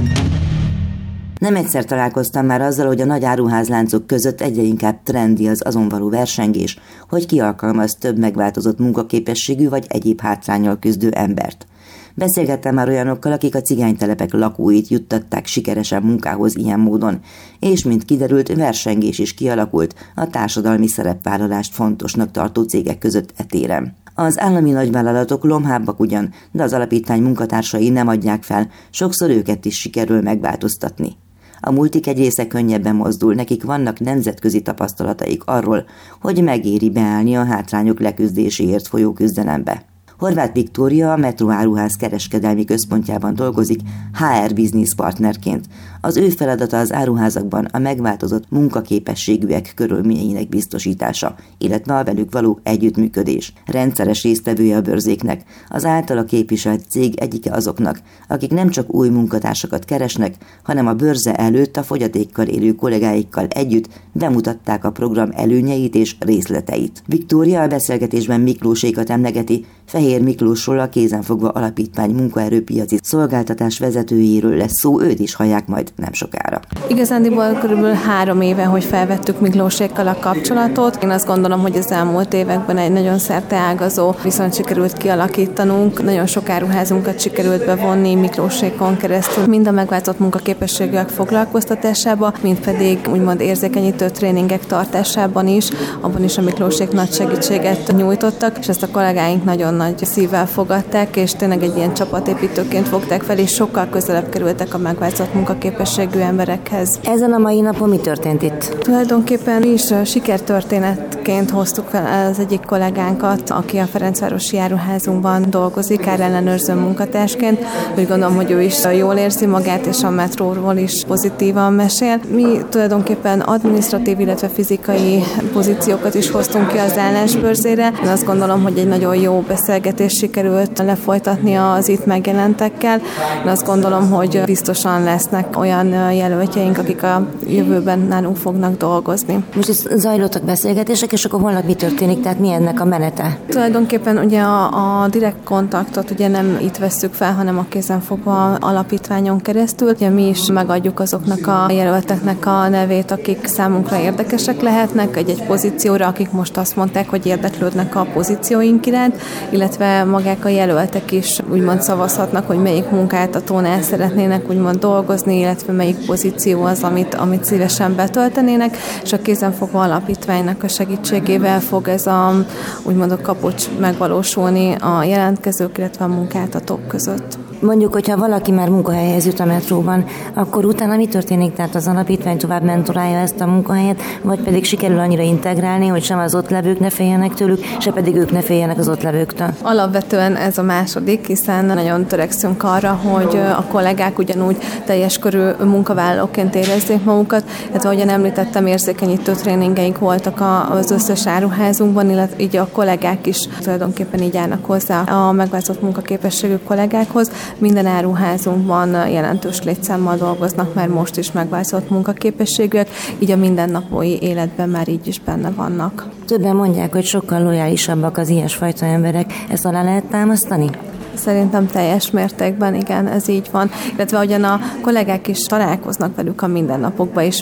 Nem egyszer találkoztam már azzal, hogy a nagy áruházláncok között egyre inkább trendi az azon való versengés, hogy ki alkalmaz több megváltozott munkaképességű vagy egyéb hátránnyal küzdő embert. Beszélgettem már olyanokkal, akik a cigánytelepek lakóit juttatták sikeresen munkához ilyen módon, és mint kiderült, versengés is kialakult a társadalmi szerepvállalást fontosnak tartó cégek között e téren. Az állami nagyvállalatok lomhábbak ugyan, de az alapítvány munkatársai nem adják fel, sokszor őket is sikerül megváltoztatni. A multik egy része könnyebben mozdul, nekik vannak nemzetközi tapasztalataik arról, hogy megéri beállni a hátrányok leküzdéséért folyó küzdelembe. Horváth Viktória a Metro Áruház kereskedelmi központjában dolgozik há er business partnerként. Az ő feladata az áruházakban a megváltozott munkaképességűek körülményeinek biztosítása, illetve a velük való együttműködés. Rendszeres résztvevője a bőrzéknek, az általa képviselt cég egyike azoknak, akik nem csak új munkatársakat keresnek, hanem a bőrze előtt a fogyatékkal élő kollégáikkal együtt bemutatták a program előnyeit és részleteit. Viktória a beszélgetésben Miklósékat emlegeti, Fehér Miklósról, a Kézenfogva Alapítvány munkaerőpiaci szolgáltatás vezetőjéről lesz szó, őt is hallják majd nem sokára. Igazándiból körülbelül három éve, hogy felvettük Miklósékkal a kapcsolatot. Én azt gondolom, hogy az elmúlt években egy nagyon szerteágazó viszont sikerült kialakítanunk. Nagyon sok áruházunkat sikerült bevonni Miklósékon keresztül, mind a megváltozott munkaképességűek foglalkoztatásába, mind pedig úgymond érzékenyítő tréningek tartásában is. Abban is a Miklósék nagy segítséget nyújtottak, és ezt a kollégáink nagyon nagy szívvel fogadták, és tényleg egy ilyen csapatépítőként fogták fel, és sokkal közelebb kerültek a megváltozott munkaképességű emberekhez. Ezen a mai napon mi történt itt? Tulajdonképpen mi is sikertörténetként hoztuk fel az egyik kollégánkat, aki a Ferencvárosi Áruházunkban dolgozik, árellenőrző munkatársként. Úgy gondolom, hogy ő is jól érzi magát, és a metróról is pozitívan mesél. Mi tulajdonképpen adminisztratív, illetve fizikai pozíciókat is hoztunk ki az állásbőrzére. Én azt gondolom, hogy egy nagyon jó beszélgetés sikerült lefolytatni az itt megjelentekkel. Én azt gondolom, hogy biztosan lesznek olyan jelöltjeink, akik a jövőben nálunk fognak dolgozni. Most itt zajlottak beszélgetések, és akkor holnap mi történik, tehát mi ennek a menete? Tulajdonképpen ugye a, a direkt kontaktot ugye nem itt vesszük fel, hanem a Kézenfogva Alapítványon keresztül. Ugye mi is megadjuk azoknak a jelölteknek a nevét, akik számunkra érdekesek lehetnek egy-egy pozícióra, akik most azt mondták, hogy érdeklődnek a pozícióink iránt, illetve magák a jelöltek is úgymond szavazhatnak, hogy melyik munkáltatónál szeretnének úgymond dolgozni, illetve melyik pozíció az, amit, amit szívesen betöltenének, és a Kézenfogva Alapítványnak a segítségével fog ez a úgymond a kapocs megvalósulni a jelentkezők, illetve a munkáltatók között. Mondjuk, hogyha valaki már munkahelyhez jut a metróban, akkor utána mi történik? Tehát az alapítvány tovább mentorálja ezt a munkahelyet, vagy pedig sikerül annyira integrálni, hogy sem az ott levők ne féljenek tőlük, se pedig ők ne féljenek az ott levőktől? Alapvetően ez a második, hiszen nagyon törekszünk arra, hogy a kollégák ugyanúgy teljes körű munkavállalóként érezzék magukat, illetve ahogyan említettem, érzékenyítő tréningeink voltak az összes áruházunkban, illetve így a kollégák is tulajdonképpen így állnak hozzá a megváltozott munkaképességű kollégákhoz. Minden áruházunkban jelentős létszámmal dolgoznak, mert most is megváltozott munkaképességűek, így a mindennapi életben már így is benne vannak. Többen mondják, hogy sokkal lojálisabbak az ilyesfajta emberek. Ezt alá lehet támasztani? Szerintem teljes mértékben, igen, ez így van. Illetve ahogyan a kollégák is találkoznak velük a mindennapokban, és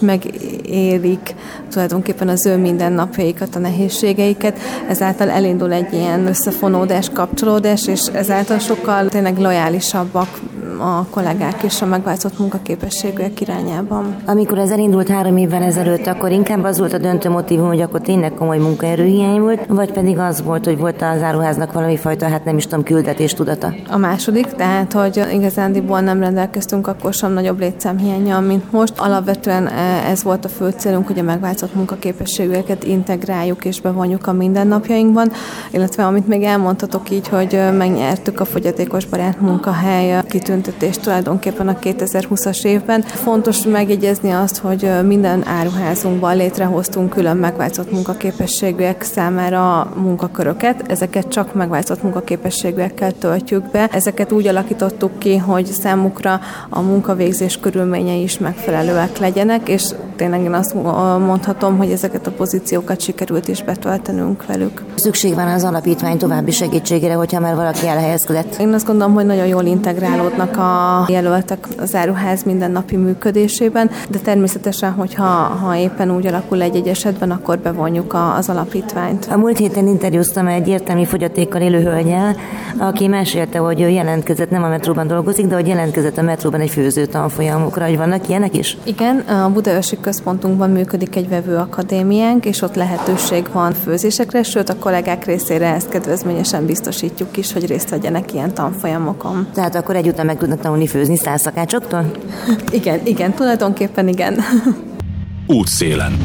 megélik tulajdonképpen az ő mindennapjaikat, a nehézségeiket, ezáltal elindul egy ilyen összefonódás, kapcsolódás, és ezáltal sokkal tényleg lojálisabbak a kollégák is a megváltozott munkaképességűek irányában. Amikor ez elindult három évvel ezelőtt, akkor inkább az volt a döntő motívum, hogy akkor tényleg komoly munkaerőhiány volt, vagy pedig az volt, hogy volt az áruháznak valami fajta, hát nem is tudom, küldetés tudata? A második, tehát, hogy igazándiból nem rendelkeztünk akkor sem nagyobb létszámhiánnyal, mint most. Alapvetően ez volt a fő célunk, hogy a megváltozott munkaképességűeket integráljuk és bevonjuk a mindennapjainkban, illetve amit még elmondhatok így, hogy megnyertük a fogyatékos barát munkahely kitüntetést tulajdonképpen a kétezer-húszas évben. Fontos megjegyezni azt, hogy minden áruházunkban létrehoztunk külön megváltozott munkaképességűek számára munkaköröket. Ezeket csak megváltozott munkaképességűekkel töltjük be. Ezeket úgy alakítottuk ki, hogy számukra a munkavégzés körülményei is megfelelőek legyenek, és tényleg én azt mondhatom, hogy ezeket a pozíciókat sikerült is betöltenünk velük. Szükség van az alapítvány további segítségére, hogyha már valaki elhelyezkedett? Én azt gondolom, hogy nagyon jól integrálódnak a jelöltek az áruház mindennapi működésében, de természetesen, hogyha ha éppen úgy alakul egy-egy esetben, akkor bevonjuk a, az alapítványt. A múlt héten interjúztam egy értelmi fogyatékkal élő hölgyel, aki mesélte, hogy ő jelentkezett, nem a metróban dolgozik, de hogy jelentkezett a metróban egy főző tanfolyamokra, hogy vannak ilyenek is? Igen, a Budaörsi központunkban működik egy vevőakadémiánk, és ott lehetőség van főzésekre, sőt a kollégák részére ezt kedvezményesen biztosítjuk is, hogy részt vegyenek ilyen tanfolyamokon. Tehát akkor egyúttal meg tudnak tanulni főzni száz szakácsoktól? Igen, igen, tulajdonképpen igen. Útszélen.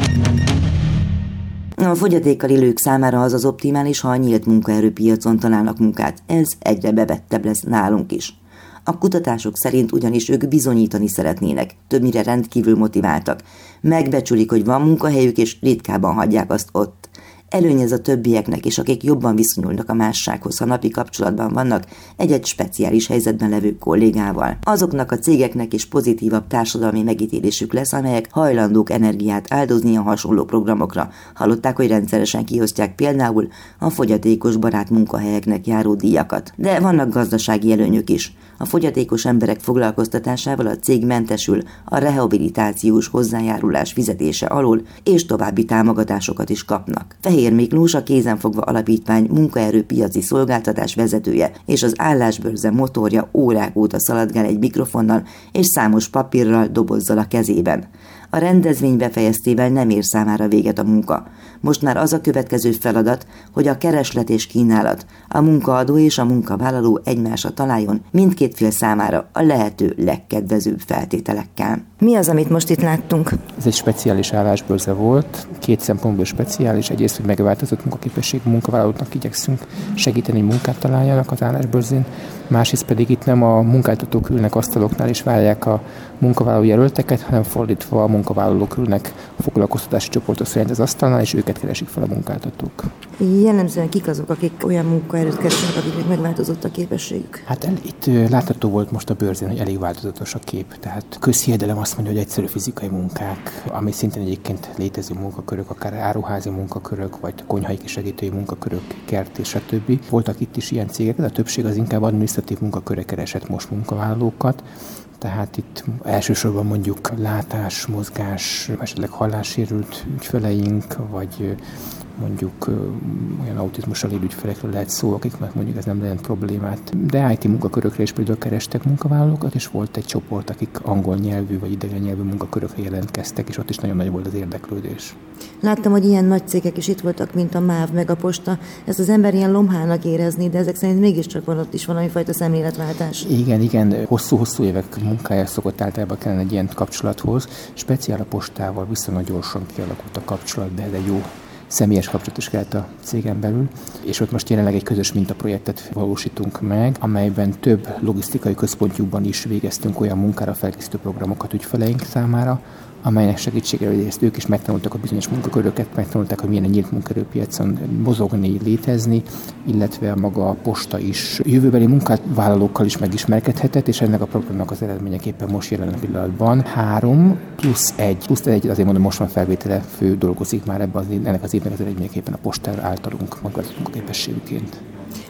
A fogyatékkal élők számára az az optimális, ha a nyílt munkaerőpiacon találnak munkát. Ez egyre bevettebb lesz nálunk is. A kutatások szerint ugyanis ők bizonyítani szeretnének, többnyire rendkívül motiváltak. Megbecsülik, hogy van munkahelyük, és ritkában hagyják azt ott. Előny ez a többieknek is, akik jobban viszonyulnak a mássághoz, ha napi kapcsolatban vannak egy-egy speciális helyzetben levő kollégával. Azoknak a cégeknek is pozitívabb társadalmi megítélésük lesz, amelyek hajlandók energiát áldozni a hasonló programokra. Hallották, hogy rendszeresen kiosztják például a fogyatékos barát munkahelyeknek járó díjakat. De vannak gazdasági előnyök is. A fogyatékos emberek foglalkoztatásával a cég mentesül a rehabilitációs hozzájárulás fizetése alól, és további támogatásokat is kapnak. Fehér Miklós, a Kézenfogva Alapítvány munkaerőpiaci szolgáltatás vezetője és az állásbörze motorja órák óta szaladgál egy mikrofonnal és számos papírral, dobozzal a kezében. A rendezvény befejeztével nem ér számára véget a munka. Most már az a következő feladat, hogy a kereslet és kínálat, a munkaadó és a munkavállaló egymásra találjon mindkét fél számára a lehető legkedvezőbb feltételekkel. Mi az, amit most itt láttunk? Ez egy speciális állásbörze volt, két szempontból speciális. Egyrészt, hogy megváltozott munkaképességű munkavállalóknak igyekszünk segíteni, hogy munkát találjanak az állásbörzén. Másrészt pedig itt nem a munkáltatók ülnek asztaloknál és várják a munkavállaló jelölteket, hanem fordítva a munkavállalók ülnek a foglalkoztatási csoportok szerint az asztalnál, és őket keresik fel a munkáltatók. Jellemzően kik azok, akik olyan munkaerőt keresnek, akiknek megváltozott a képességük? Hát el, itt látható volt most a bőrzén, hogy elég változatos a kép. Tehát közhiedelem azt mondja, hogy egyszerű fizikai munkák, ami szintén egyébként létező munkakörök, akár áruházi munkakörök, vagy konyhai segítői munkakörök, kert és a többi. Voltak itt is ilyen cégek, de a többség az inkább adminisztratív munkakörre keresett most munkavállalókat. Tehát itt elsősorban mondjuk látás, mozgás, esetleg hallássérült ügyfeleink, vagy mondjuk olyan autizmussal élő ügyfelekről lehet szó, akiknek mondjuk ez nem lehet problémát. De í té munkakörökre is például kerestek munkavállalókat, és volt egy csoport, akik angol nyelvű vagy idegen nyelvű munkakörökre jelentkeztek, és ott is nagyon nagy volt az érdeklődés. Láttam, hogy ilyen nagy cégek is itt voltak, mint a MÁV, meg a Posta. Ezt az ember ilyen lomhának érezni, de ezek szerint mégiscsak van ott is valami fajta szemléletváltás. Igen, igen. Hosszú-hosszú évek munkája szokott általában kellene egy ilyen kapcsolathoz. Speciál a Postával viszonylag gyorsan kialakult a kapcsolat, de egy jó személyes kapcsolat is kellett a cégen belül, és ott most jelenleg egy közös mintaprojektet valósítunk meg, amelyben több logisztikai központjukban is végeztünk olyan munkára felkészítő programokat ügyfeleink számára, amelynek segítségével ezt ők is megtanultak a bizonyos munkaköröket, megtanulták, hogy milyen a nyílt munkaerőpiacon mozogni, létezni, illetve maga a Posta is jövőbeli munkavállalókkal is megismerkedhetett, és ennek a programnak az eredményeképpen most jelen pillanatban három plusz egy, plusz egy, azért mondom, most van felvétele, fő dolgozik már ebben az, ennek az évnek az eredményeképpen a Posta általunk magváltozott munkaképességüként.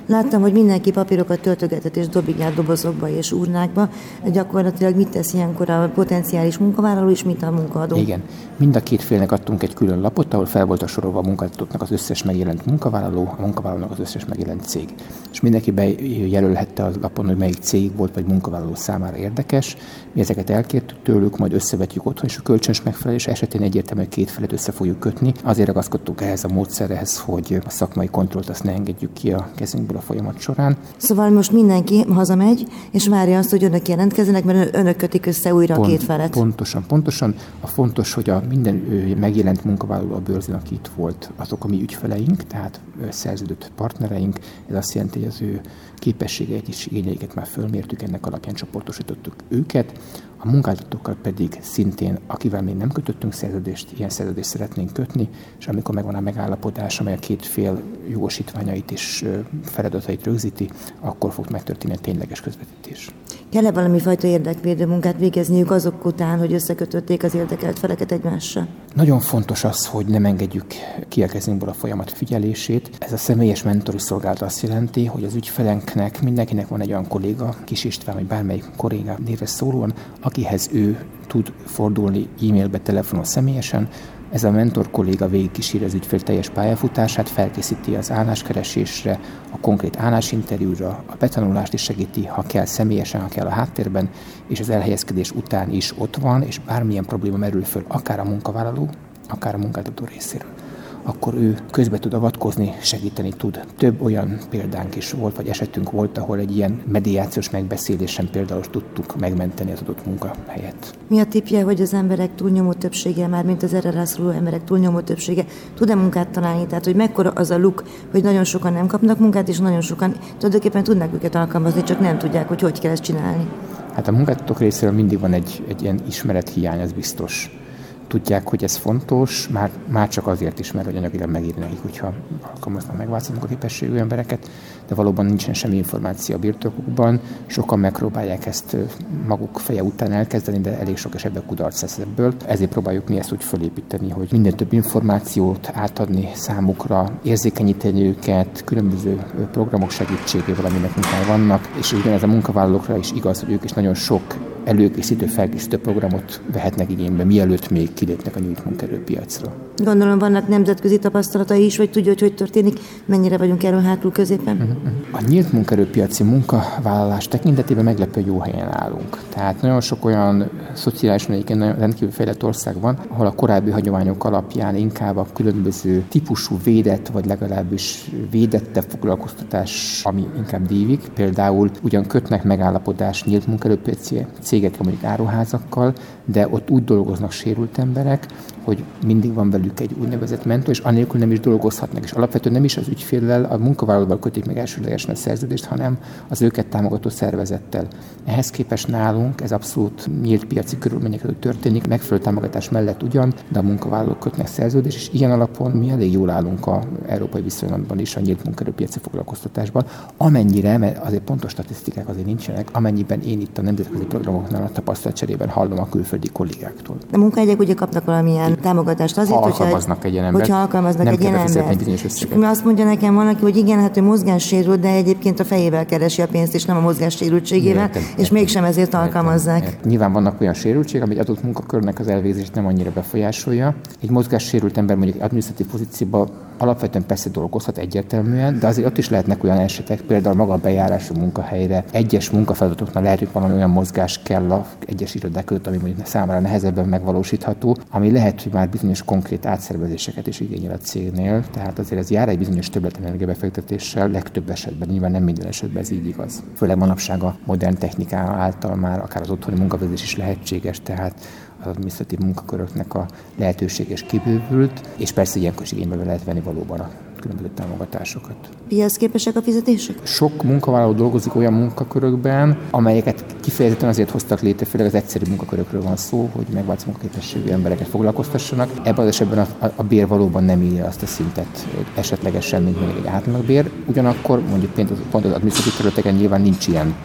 Láttam, hogy mindenki papírokat töltögetett és dobigált dobozokba és urnákba. Gyakorlatilag mit tesz ilyenkor a potenciális munkavállaló és mit a munkaadó? Igen. Mind a két félnek adtunk egy külön lapot, ahol fel volt a sorolva a munkáltatóknak az összes megjelent munkavállaló, a munkavállalónak az összes megjelent cég. És mindenki bejelölhette a lapon, hogy melyik cég volt, vagy munkavállaló számára érdekes. Mi ezeket elkértük tőlük, majd összevetjük otthon, és a kölcsönös megfelelés esetén egyértelmű, hogy két felet össze fogjuk kötni. Azért ragaszkodtunk ehhez a módszerhez, hogy a szakmai kontrollt azt ne engedjük ki a kezünkből a folyamat során. Szóval most mindenki hazamegy, és várja azt, hogy önök jelentkezzenek, mert önök kötik össze újra Pont, a két felet. Pontosan, pontosan. A fontos, hogy a minden megjelent munkavállaló a bőrzén, aki itt volt, azok a mi ügyfeleink, tehát szerződött partnereink. Ez azt jelenti, hogy az ő képességeit és igényeiket már fölmértük, ennek alapján csoportosítottuk őket. A munkáltatókkal pedig szintén, akivel még nem kötöttünk szerződést, ilyen szerződést szeretnénk kötni, és amikor megvan a megállapodás, amely a két fél jogosítványait és feladatait rögzíti, akkor fog megtörténni a tényleges közvetítés. Kell-e valami fajta érdekvédő munkát végezniük azok után, hogy összekötötték az érdekelt feleket egymással? Nagyon fontos az, hogy nem engedjük ki a kezünkből a folyamat figyelését. Ez a személyes mentori szolgálat azt jelenti, hogy az ügyfelenknek, mindenkinek van egy olyan kolléga, Kis István, vagy bármelyik kolléga névre szólóan, akihez ő tud fordulni e-mailbe, telefonon, személyesen. Ez a mentor kolléga végigkíséri az ügyfél teljes pályafutását, felkészíti az álláskeresésre, a konkrét állásinterjúra, a betanulást is segíti, ha kell személyesen, ha kell a háttérben, és az elhelyezkedés után is ott van, és bármilyen probléma merül föl, akár a munkavállaló, akár a munkáltató részéről, akkor ő közbe tud avatkozni, segíteni tud. Több olyan példánk is volt, vagy esetünk volt, ahol egy ilyen mediációs megbeszélésen például tudtuk megmenteni az adott munkahelyet. Mi a tippje, hogy az emberek túlnyomó többsége, már mint az erre rászoruló emberek túlnyomó többsége tud-e munkát találni? Tehát, hogy mekkora az a luk, hogy nagyon sokan nem kapnak munkát, és nagyon sokan tulajdonképpen tudnak őket alkalmazni, csak nem tudják, hogy hogy kell ezt csinálni. Hát a munkáltatók részéről mindig van egy, egy ilyen ismerethiány, az biztos. Tudják, hogy ez fontos, már, már csak azért is, mert hogy anyagilag megéri nekik, hogyha alkalmaznak megváltoznak a képességű embereket, de valóban nincsen semmi információ a birtokukban. Sokan megpróbálják ezt maguk feje után elkezdeni, de elég sok esetben kudarc lesz ebből. Ezért próbáljuk mi ezt úgy fölépíteni, hogy minden több információt átadni számukra, érzékenyíteni őket, különböző programok segítségével, aminek munkán vannak, és ugyanez a munkavállalókra is igaz, hogy ők is nagyon sok előkészítő, felkészítő programot vehetnek igénybe, mielőtt még kilépnek a nyílt munkaerőpiacra. Gondolom vannak nemzetközi tapasztalatai is, vagy tudja, hogy hogy történik, mennyire vagyunk erről hátul középen? A nyílt munkaerőpiaci munkavállalás tekintetében meglepő jó helyen állunk. Tehát nagyon sok olyan szociálisan egyébként nagyon rendkívül fejlett ország van, ahol a korábbi hagyományok alapján inkább a különböző típusú védett, vagy legalábbis védettebb foglalkoztatás, ami inkább dívik. Például ugyan kötnek megállapodást nyílt munkaerőpiaci cégekkel, mondjuk áruházakkal, de ott úgy dolgoznak sérült emberek, hogy mindig van velük egy úgynevezett mentor, és anélkül nem is dolgozhatnak. És alapvetően nem is az ügyféllel, a munkavállalóval kötik meg elsődlegesen a szerződést, hanem az őket támogató szervezettel. Ehhez képest nálunk ez abszolút nyílt piaci körülmények között történik, megfelelő támogatás mellett ugyan, de a munkavállalók kötnek szerződést, és ilyen alapon mi elég jól állunk az európai viszonylatban is a nyílt munkaerőpiaci foglalkoztatásban, amennyire, mert azért pontos statisztikák azért nincsenek, amennyiben én itt a nemzetközi programoknál a tapasztalatcserében hallom a külföldi kollégáktól. A munkahelyek ugye kapnak valamilyen támogatást azért, ha alkalmaznak egy ilyen embert, hogyha alkalmaznak nem egy ilyen embert. És azt mondja nekem valaki, hogy igen, hát ő mozgássérült, de egyébként a fejével keresi a pénzt, és nem a mozgássérültségével, értem, és értem. mégsem ezért alkalmazzák. Értem, értem. Nyilván vannak olyan sérültség, ami egy adott munkakörnek az elvégzését nem annyira befolyásolja. Egy mozgássérült ember mondjuk adminisztratív pozícióban alapvetően persze dolgozhat egyértelműen, de azért ott is lehetnek olyan esetek, például maga a bejárás a munkahelyre. Egyes munkafeladatoknál lehet, hogy valami olyan mozgás kell a egyes irodák között, ami mondjuk számára nehezebben megvalósítható, ami lehet, hogy már bizonyos konkrét átszervezéseket is igényel a cégnél. Tehát azért ez jár egy bizonyos többletenergiabefektetéssel, legtöbb esetben, nyilván nem minden esetben ez így igaz. Főleg manapság a modern techniká által már akár az otthoni munkavégzés is lehetséges, tehát az adminisztratív munkaköröknek a lehetőség is kibővült, és persze ilyenkor is igénybe lehet venni valóban a különböző támogatásokat. Piacképesek a fizetések? Sok munkavállaló dolgozik olyan munkakörökben, amelyeket kifejezetten azért hoztak létre, főleg az egyszerű munkakörökről van szó, hogy megváltozó munkaképességű embereket foglalkoztassanak. Ebben az esetben a, a, a bér valóban nem írja azt a szintet esetlegesen, mint még egy átlagbér. Ugyanakkor mondjuk pont az, pont az adminisztratív területeken nyilván nincs ilyen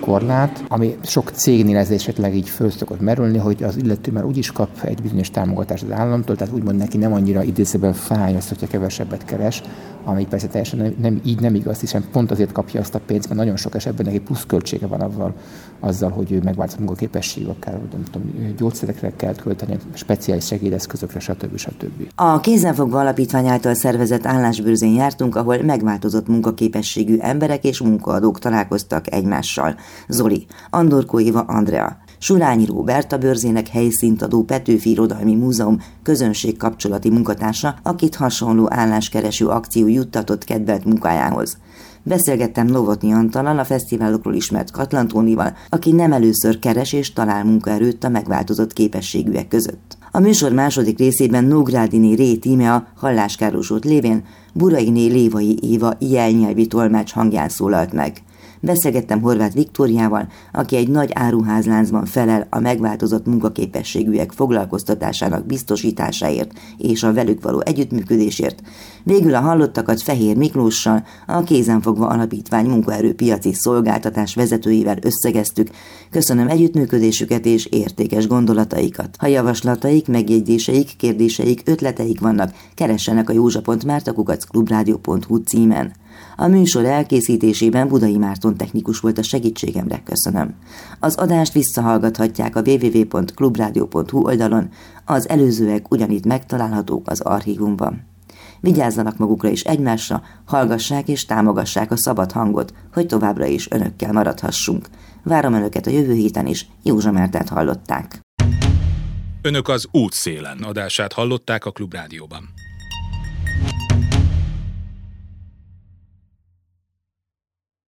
korlát, ami sok cégnél ez esetleg így föl szokott merülni, hogy az illető már úgyis kap egy bizonyos támogatást az államtól, tehát úgymond neki nem annyira idézőben fáj az, hogyha kevesebbet keres, ami persze teljesen nem, nem, így nem igaz, hiszen pont azért kapja azt a pénzt, mert nagyon sok esetben neki pluszköltsége van avval, azzal, hogy ő megváltozott munkaképesség, akár nem tudom, gyógyszerekre kell költeni, speciális segédeszközökre, stb. stb. A Kézenfogva Alapítvány által szervezett állásbőrzén jártunk, ahol megváltozott munkaképességű emberek és munkaadók találkoztak egymással. Zoli, Andorkó Éva Andrea, Surányi Róbert, a bőrzének helyszínt adó Petőfi Irodalmi Múzeum közönségkapcsolati munkatársa, akit hasonló álláskereső akció juttatott kedvelt munkájához. Beszélgettem Novotny Antallal, a fesztiválokról ismert Katlantónival, aki nem először keres és talál munkaerőt a megváltozott képességűek között. A műsor második részében Nógrádiné Ré Tímea halláskárosult lévén Burainé Lévai Éva jelnyelvi tolmács hangján szólalt meg. Beszélgettem Horváth Viktóriával, aki egy nagy áruházláncban felel a megváltozott munkaképességűek foglalkoztatásának biztosításáért és a velük való együttműködésért. Végül a hallottakat Fehér Miklóssal, a Kézenfogva Alapítvány munkaerőpiaci szolgáltatás vezetőivel összegeztük. Köszönöm együttműködésüket és értékes gondolataikat. Ha javaslataik, megjegyzéseik, kérdéseik, ötleteik vannak, keressenek a józsa.márta kukac klubrádió pont hu címen. A műsor elkészítésében Budai Márton technikus volt a segítségemre, köszönöm. Az adást visszahallgathatják a double-u double-u double-u pont klubrádió pont hu oldalon, az előzőek ugyanitt megtalálhatók az archívumban. Vigyázzanak magukra és egymásra, hallgassák és támogassák a szabad hangot, hogy továbbra is önökkel maradhassunk. Várom önöket a jövő héten is, Józsa Mártát hallották. Önök az Útszélen adását hallották a Klubrádióban.